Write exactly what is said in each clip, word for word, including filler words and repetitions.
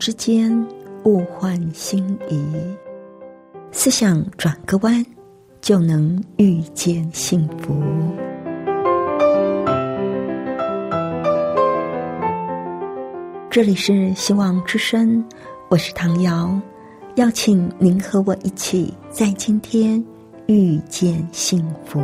之间，物换星移，思想转个弯，就能遇见幸福。这里是希望之声，我是唐瑶，邀请您和我一起在今天遇见幸福。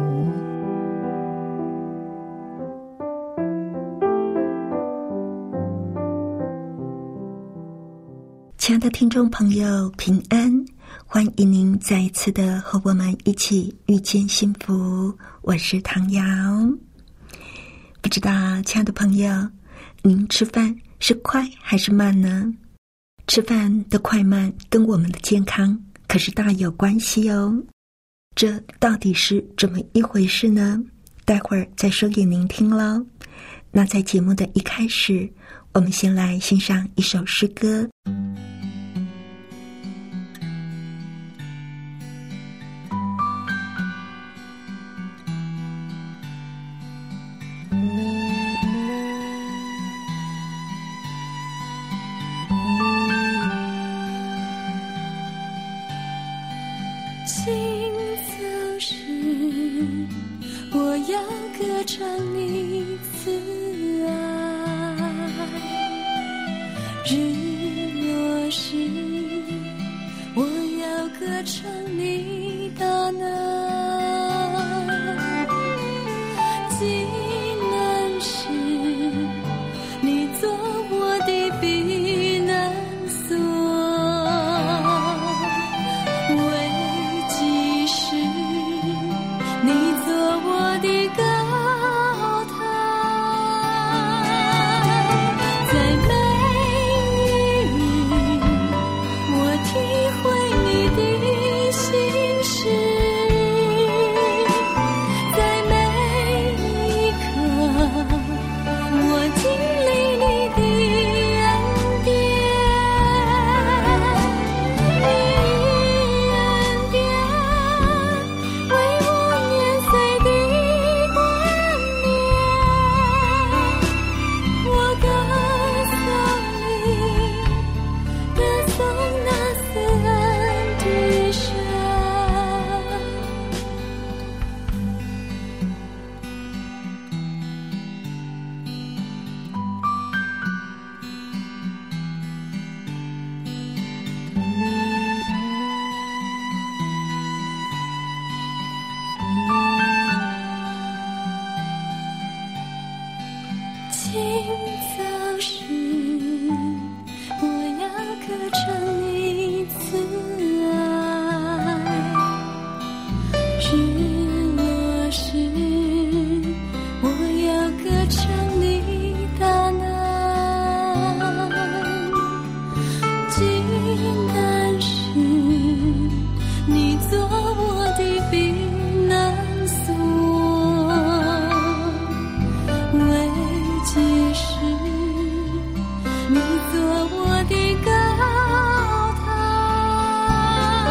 亲爱的听众朋友，平安，欢迎您再一次的和我们一起遇见幸福。我是唐瑶。不知道亲爱的朋友，您吃饭是快还是慢呢？吃饭的快慢跟我们的健康可是大有关系哦。这到底是怎么一回事呢？待会儿再说给您听咯。那在节目的一开始，我们先来欣赏一首诗歌。 行走时，我要歌唱你慈爱；日落时，我要歌唱你大能；极难时，你做我的避难所。你做我的高台。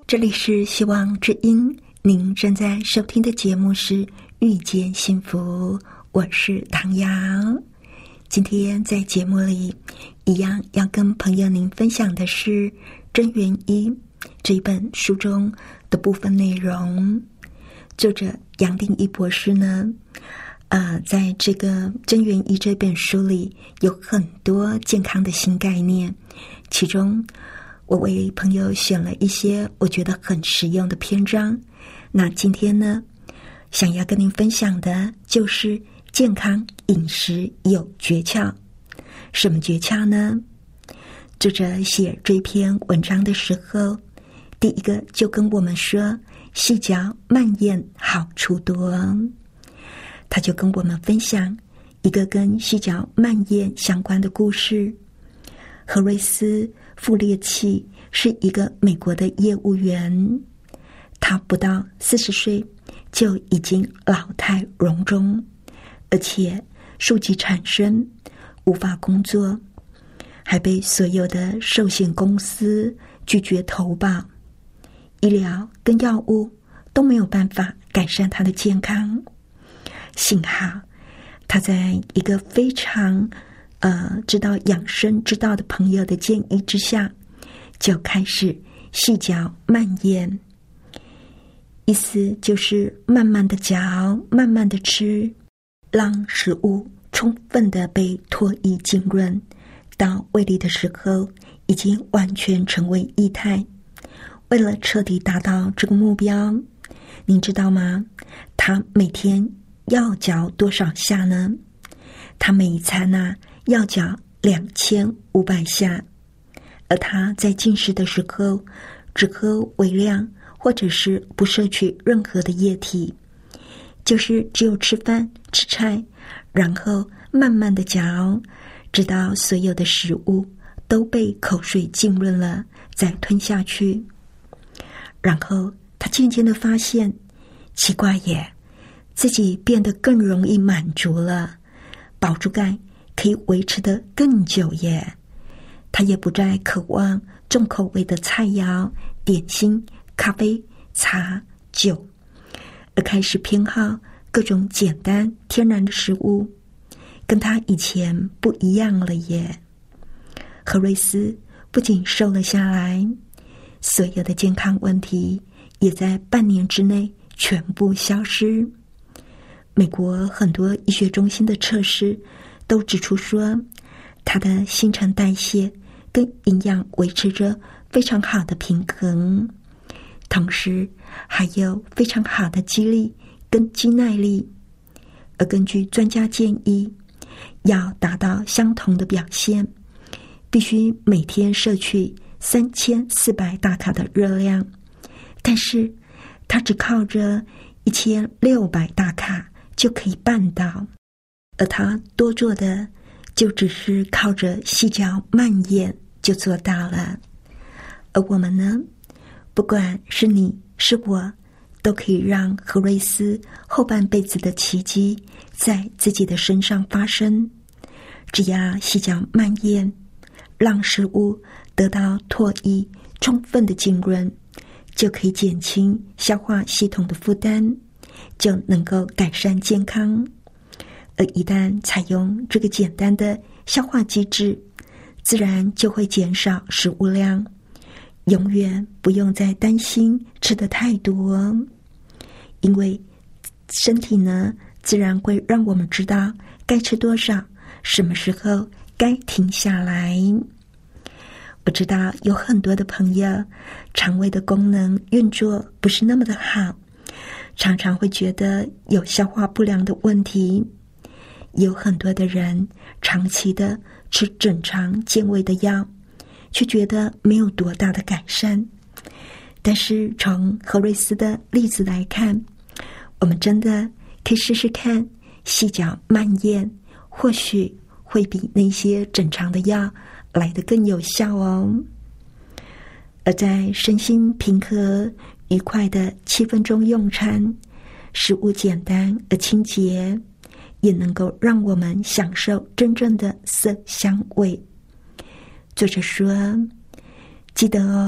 这里是希望之音，您正在收听的节目是遇见幸福，我是唐瑶。今天在节目里一样要跟朋友您分享的是《真元一》这一本书中的部分内容。作者杨定一博士呢呃，在这个《真元一》这本书里有很多健康的新概念，其中我为朋友选了一些我觉得很实用的篇章。那今天呢，想要跟您分享的就是健康饮食有诀窍。什么诀窍呢？作者写这篇文章的时候，第一个就跟我们说细嚼慢咽好处多。他就跟我们分享一个跟细嚼慢咽相关的故事。何瑞斯·傅列契是一个美国的业务员，他不到四十岁就已经老态龙钟，而且数疾缠身，无法工作，还被所有的寿险公司拒绝投保，医疗跟药物都没有办法改善他的健康。幸好他在一个非常呃知道养生之道的朋友的建议之下，就开始细嚼慢咽，意思就是慢慢的嚼，慢慢的吃，让食物充分的被唾液浸润，到胃里的时候已经完全成为液态。为了彻底达到这个目标，您知道吗？他每天要嚼多少下呢？他每一餐啊要嚼两千五百下，而他在进食的时候只喝微量，或者是不摄取任何的液体，就是只有吃饭吃菜，然后慢慢的嚼，直到所有的食物都被口水浸润了，再吞下去。然后他渐渐的发现，奇怪耶，自己变得更容易满足了，饱足感可以维持得更久耶。他也不再渴望重口味的菜肴、点心、咖啡、茶、酒，而开始偏好各种简单天然的食物，跟他以前不一样了耶。何瑞斯不仅瘦了下来，所有的健康问题也在半年之内全部消失。美国很多医学中心的测试都指出说，他的新陈代谢跟营养维持着非常好的平衡，同时还有非常好的肌力跟肌耐力。而根据专家建议，要达到相同的表现，必须每天摄取三千四百大卡的热量，但是他只靠着一千六百大卡就可以办到，而他多做的就只是靠着细嚼慢咽就做到了。而我们呢，不管是你是我，都可以让何瑞斯后半辈子的奇迹在自己的身上发生。只要细嚼慢咽，让食物得到唾液充分的浸润，就可以减轻消化系统的负担，就能够改善健康。而一旦采用这个简单的消化机制，自然就会减少食物量，永远不用再担心吃得太多，因为身体呢，自然会让我们知道该吃多少，什么时候该停下来。我知道有很多的朋友肠胃的功能运作不是那么的好，常常会觉得有消化不良的问题。有很多的人长期的吃整肠健胃的药，却觉得没有多大的改善。但是从何瑞斯的例子来看，我们真的可以试试看细嚼慢咽，或许会比那些整肠的药来得更有效哦。而在身心平和愉快的七分钟用餐，食物简单而清洁，也能够让我们享受真正的色香味。作者说，记得哦，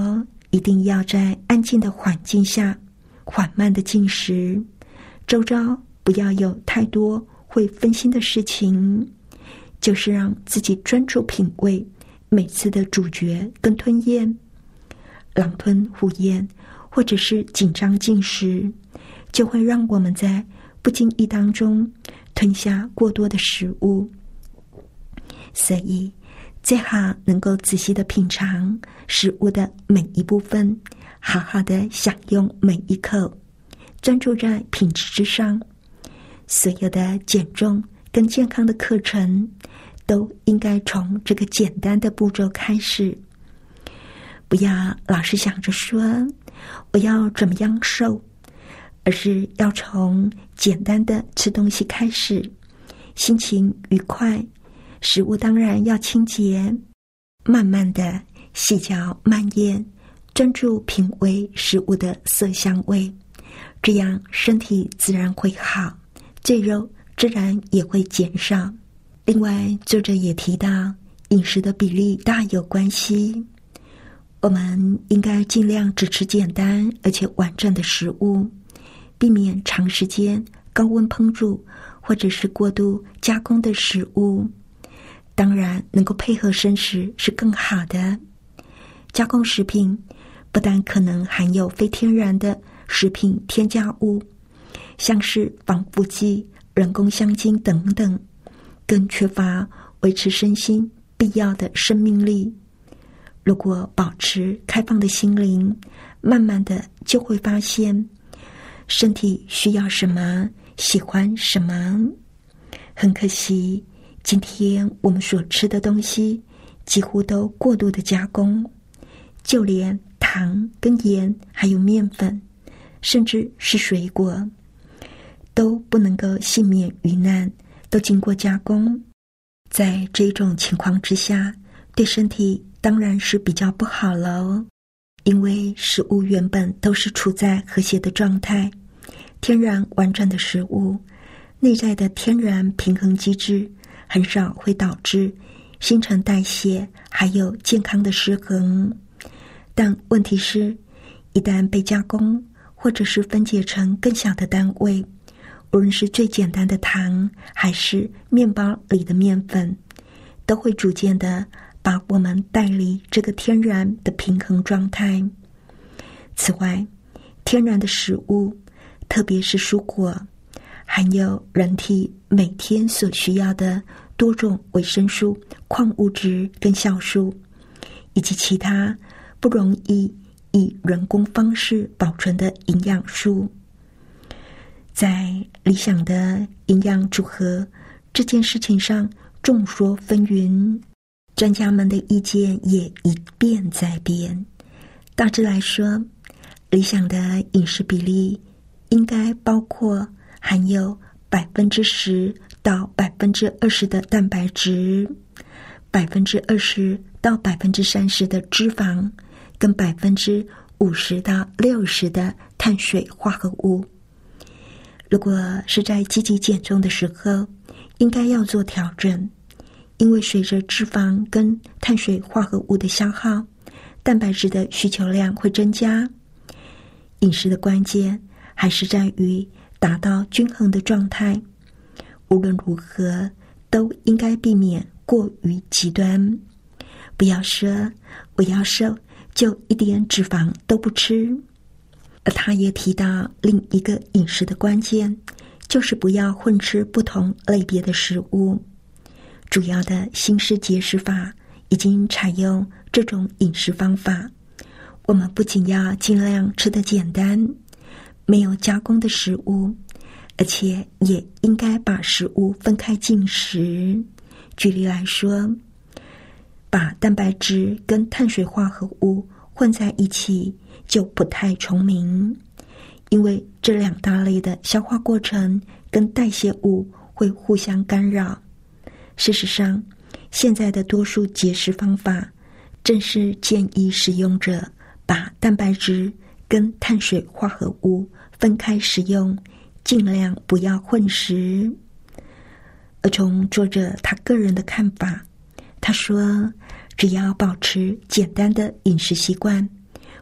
一定要在安静的环境下缓慢的进食，周遭不要有太多会分心的事情，就是让自己专注品味每次的咀嚼跟吞咽，狼吞虎咽或者是紧张进食，就会让我们在不经意当中吞下过多的食物。所以最好能够仔细的品尝食物的每一部分，好好的享用每一口，专注在品质之上。所有的减重跟健康的课程都应该从这个简单的步骤开始，不要老是想着说我要怎么样瘦，而是要从简单的吃东西开始，心情愉快，食物当然要清洁，慢慢的细嚼慢咽，专注品味食物的色香味，这样身体自然会好，赘肉自然也会减少。另外，作者也提到饮食的比例大有关系，我们应该尽量只吃简单而且完整的食物，避免长时间高温烹煮或者是过度加工的食物。当然能够配合生食是更好的。加工食品不但可能含有非天然的食品添加物，像是防腐剂、人工香精等等，更缺乏维持身心必要的生命力。如果保持开放的心灵，慢慢的就会发现身体需要什么，喜欢什么。很可惜，今天我们所吃的东西几乎都过度的加工，就连糖跟盐还有面粉，甚至是水果，都不能够幸免于难，都经过加工。在这种情况之下，对身体当然是比较不好了，因为食物原本都是处在和谐的状态，天然完整的食物，内在的天然平衡机制很少会导致新陈代谢还有健康的失衡。但问题是，一旦被加工或者是分解成更小的单位，无论是最简单的糖还是面包里的面粉，都会逐渐的把我们带离这个天然的平衡状态。此外，天然的食物，特别是蔬果，含有人体每天所需要的多种维生素、矿物质跟酵素，以及其他不容易以人工方式保存的营养素。在理想的营养组合这件事情上众说纷纭，专家们的意见也一变再变。大致来说，理想的饮食比例应该包括含有百分之十到百分之二十的蛋白质，百分之二十到百分之三十的脂肪，跟百分之五十到六十的碳水化合物。如果是在积极减重的时候，应该要做调整，因为随着脂肪跟碳水化合物的消耗，蛋白质的需求量会增加。饮食的关键还是在于达到均衡的状态，无论如何都应该避免过于极端，不要说我要瘦就一点脂肪都不吃。而他也提到另一个饮食的关键，就是不要混吃不同类别的食物。主要的新式节食法已经采用这种饮食方法，我们不仅要尽量吃得简单，没有加工的食物，而且也应该把食物分开进食。举例来说，把蛋白质跟碳水化合物混在一起就不太聪明，因为这两大类的消化过程跟代谢物会互相干扰。事实上，现在的多数节食方法正是建议使用者把蛋白质跟碳水化合物分开食用，尽量不要混食。而从作者他个人的看法，他说只要保持简单的饮食习惯，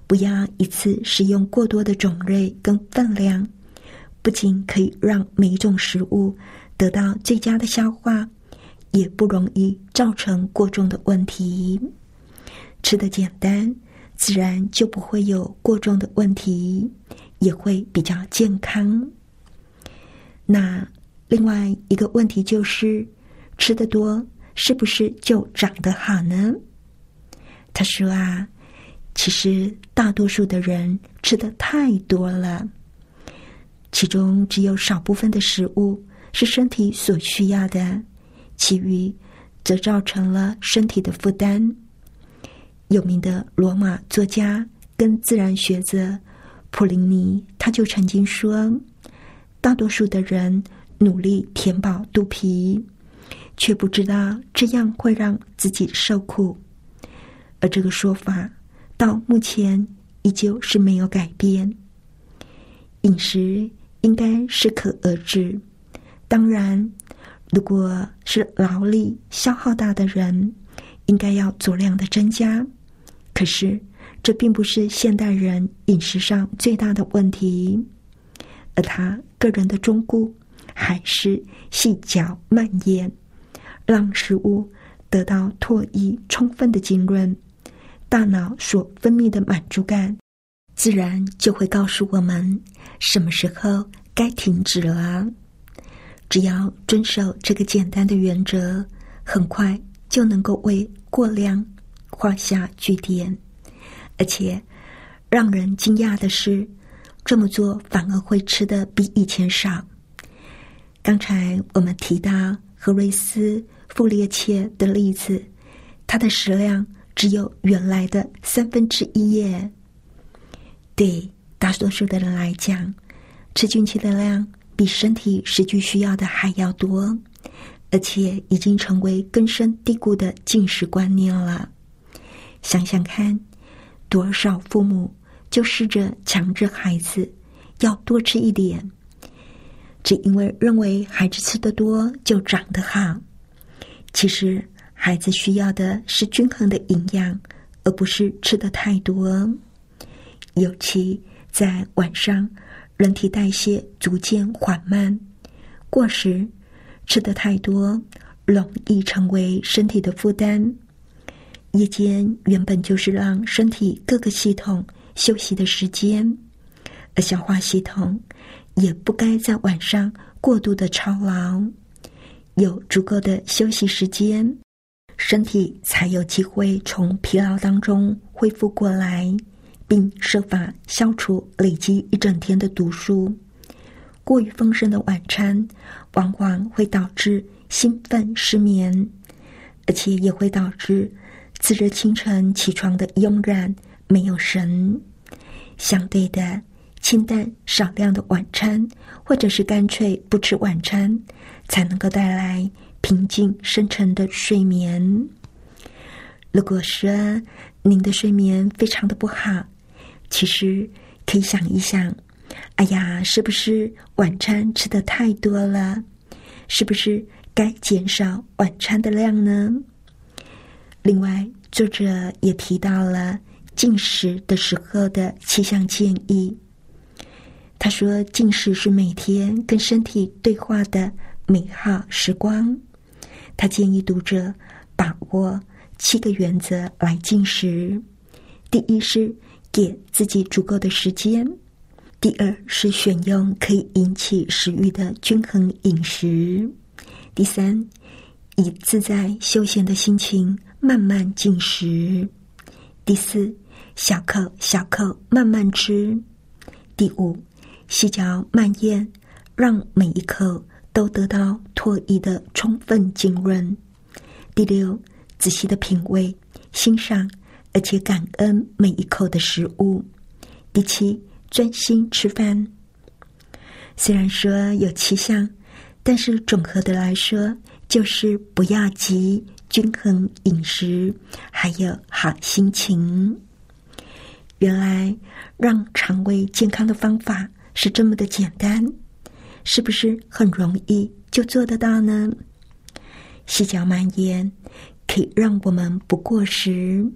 不要一次食用过多的种类跟分量，不仅可以让每一种食物得到最佳的消化，也不容易造成过重的问题。吃得简单，自然就不会有过重的问题，也会比较健康。那另外一个问题就是，吃得多是不是就长得好呢？他说啊，其实大多数的人吃得太多了，其中只有少部分的食物是身体所需要的，其余则造成了身体的负担。有名的罗马作家跟自然学者普林尼，他就曾经说，大多数的人努力填饱肚皮，却不知道这样会让自己受苦。而这个说法到目前依旧是没有改变。饮食应该适可而止，当然如果是劳力消耗大的人，应该要足量的增加。可是这并不是现代人饮食上最大的问题，而他个人的忠告还是细嚼慢咽，让食物得到唾液充分的浸润，大脑所分泌的满足感自然就会告诉我们什么时候该停止了。只要遵守这个简单的原则，很快就能够为过量画下句点。而且让人惊讶的是，这么做反而会吃得比以前少。刚才我们提到荷瑞斯·傅列切的例子，他的食量只有原来的三分之一耶。对大多数的人来讲，吃进去的量比身体实际需要的还要多，而且已经成为根深蒂固的进食观念了。想想看，多少父母就试着强制孩子要多吃一点，只因为认为孩子吃得多就长得好。其实孩子需要的是均衡的营养，而不是吃得太多。尤其在晚上，人体代谢逐渐缓慢，过时吃得太多容易成为身体的负担。夜间原本就是让身体各个系统休息的时间，而消化系统也不该在晚上过度的操劳，有足够的休息时间，身体才有机会从疲劳当中恢复过来，并设法消除累积一整天的毒素。过于丰盛的晚餐往往会导致兴奋失眠，而且也会导致次日清晨起床的慵懒没有神。相对的，清淡少量的晚餐，或者是干脆不吃晚餐，才能够带来平静深沉的睡眠。如果说您的睡眠非常的不好，其实可以想一想，哎呀，是不是晚餐吃得太多了？是不是该减少晚餐的量呢？另外，作者也提到了进食的时候的七项建议。他说，进食是每天跟身体对话的美好时光。他建议读者把握七个原则来进食。第一是给自己足够的时间。第二是选用可以引起食欲的均衡饮食。第三，以自在休闲的心情慢慢进食。第四，小口小口慢慢吃。第五，细嚼慢咽，让每一口都得到唾液的充分浸润。第六，仔细的品味、欣赏，而且感恩每一口的食物。第七，专心吃饭。虽然说有七项，但是总和的来说，就是不要急、均衡饮食，还有好心情。原来让肠胃健康的方法是这么的简单，是不是很容易就做得到呢？细嚼慢咽可以让我们不过食，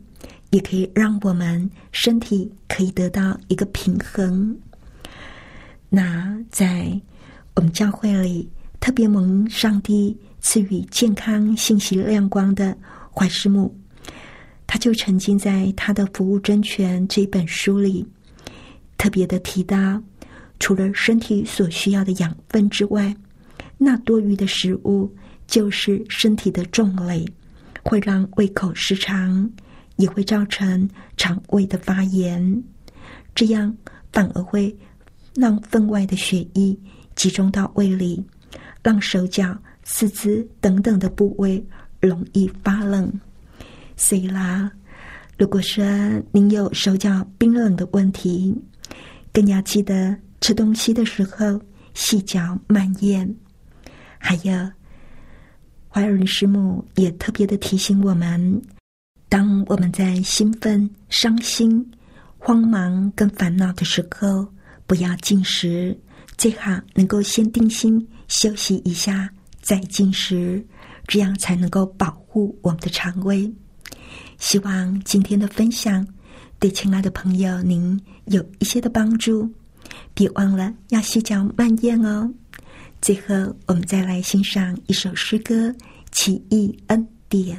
也可以让我们身体可以得到一个平衡。那在我们教会里，特别蒙上帝赐予健康信息亮光的怀师母，他就曾经在他的《服务真诠》这本书里特别的提到，除了身体所需要的养分之外，那多余的食物就是身体的重累，会让胃口失常，也会造成肠胃的发炎，这样反而会让分外的血液集中到胃里，让手脚、四肢等等的部位容易发冷。所以啦，如果说您有手脚冰冷的问题，更要记得吃东西的时候细嚼慢咽。还有怀仁师母也特别的提醒我们，当我们在兴奋、伤心、慌忙跟烦恼的时候，不要进食，最好能够先定心休息一下再进食，这样才能够保护我们的肠胃。希望今天的分享对亲爱的朋友您有一些的帮助，别忘了要细嚼慢咽哦。最后我们再来欣赏一首诗歌《奇异恩典》。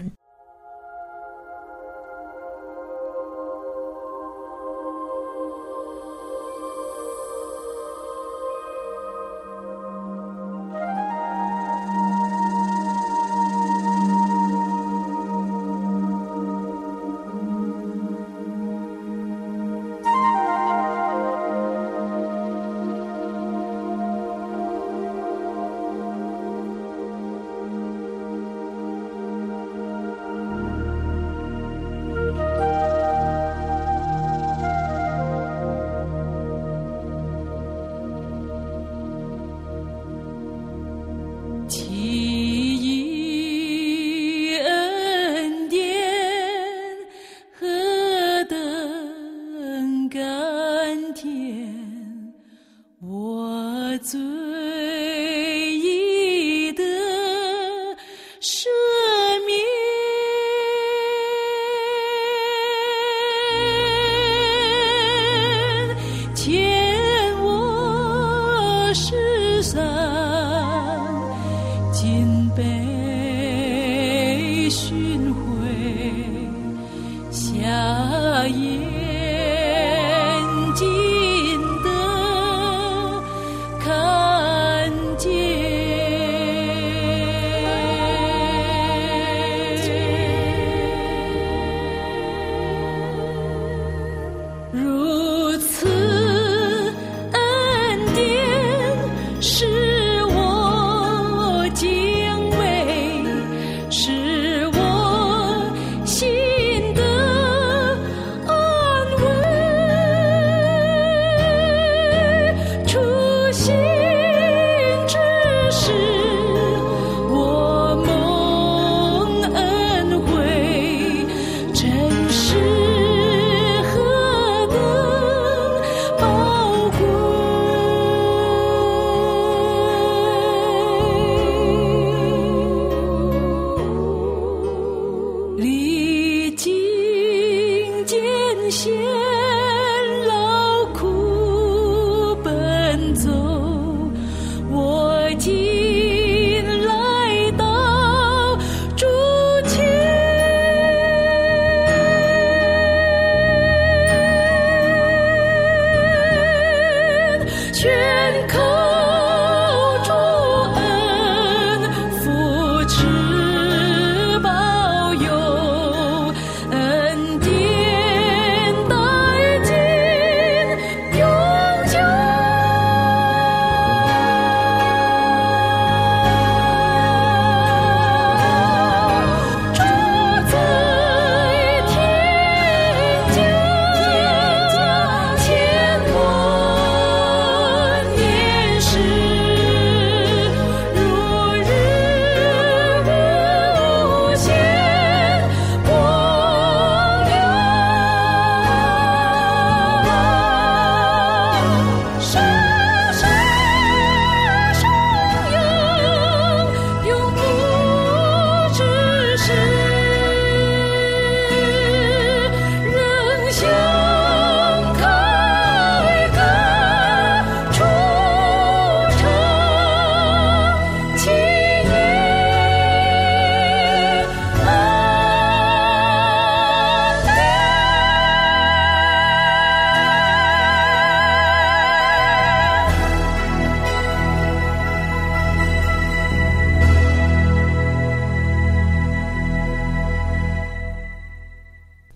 千万年。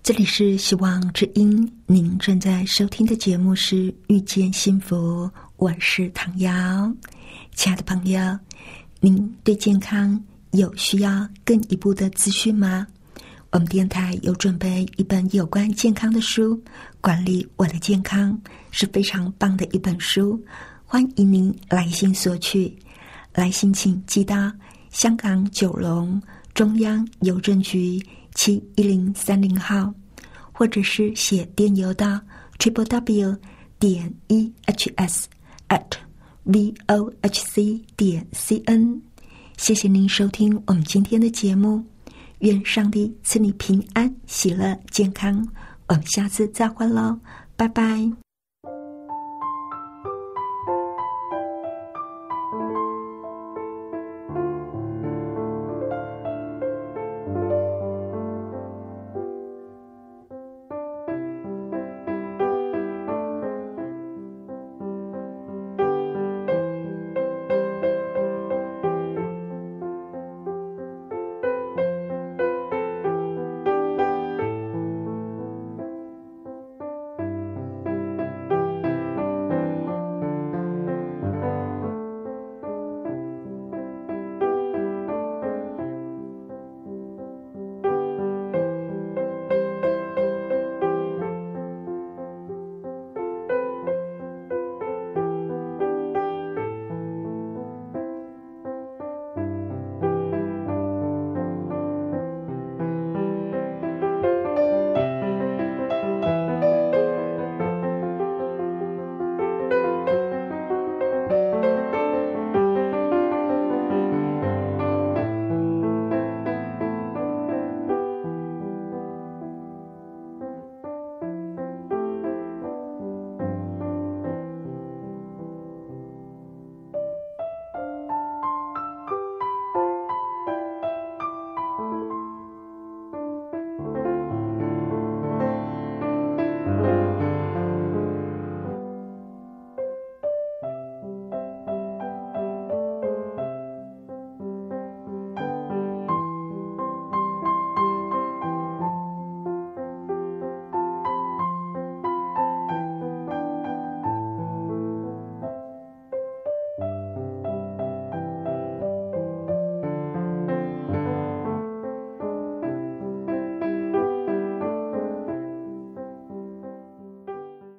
这里是希望之音，您正在收听的节目是遇见幸福，我是唐瑶。亲爱的朋友，您对健康有需要更一步的资讯吗？我们电台有准备一本有关健康的书，管理我的健康，是非常棒的一本书，欢迎您来信索取。来信请寄到香港九龙中央邮政局七一零三零号，或者是写电邮到 triple w 点 e h s at v o h c 点 c n。 谢谢您收听我们今天的节目，愿上帝赐你平安、喜乐、健康。我们下次再会喽，拜拜。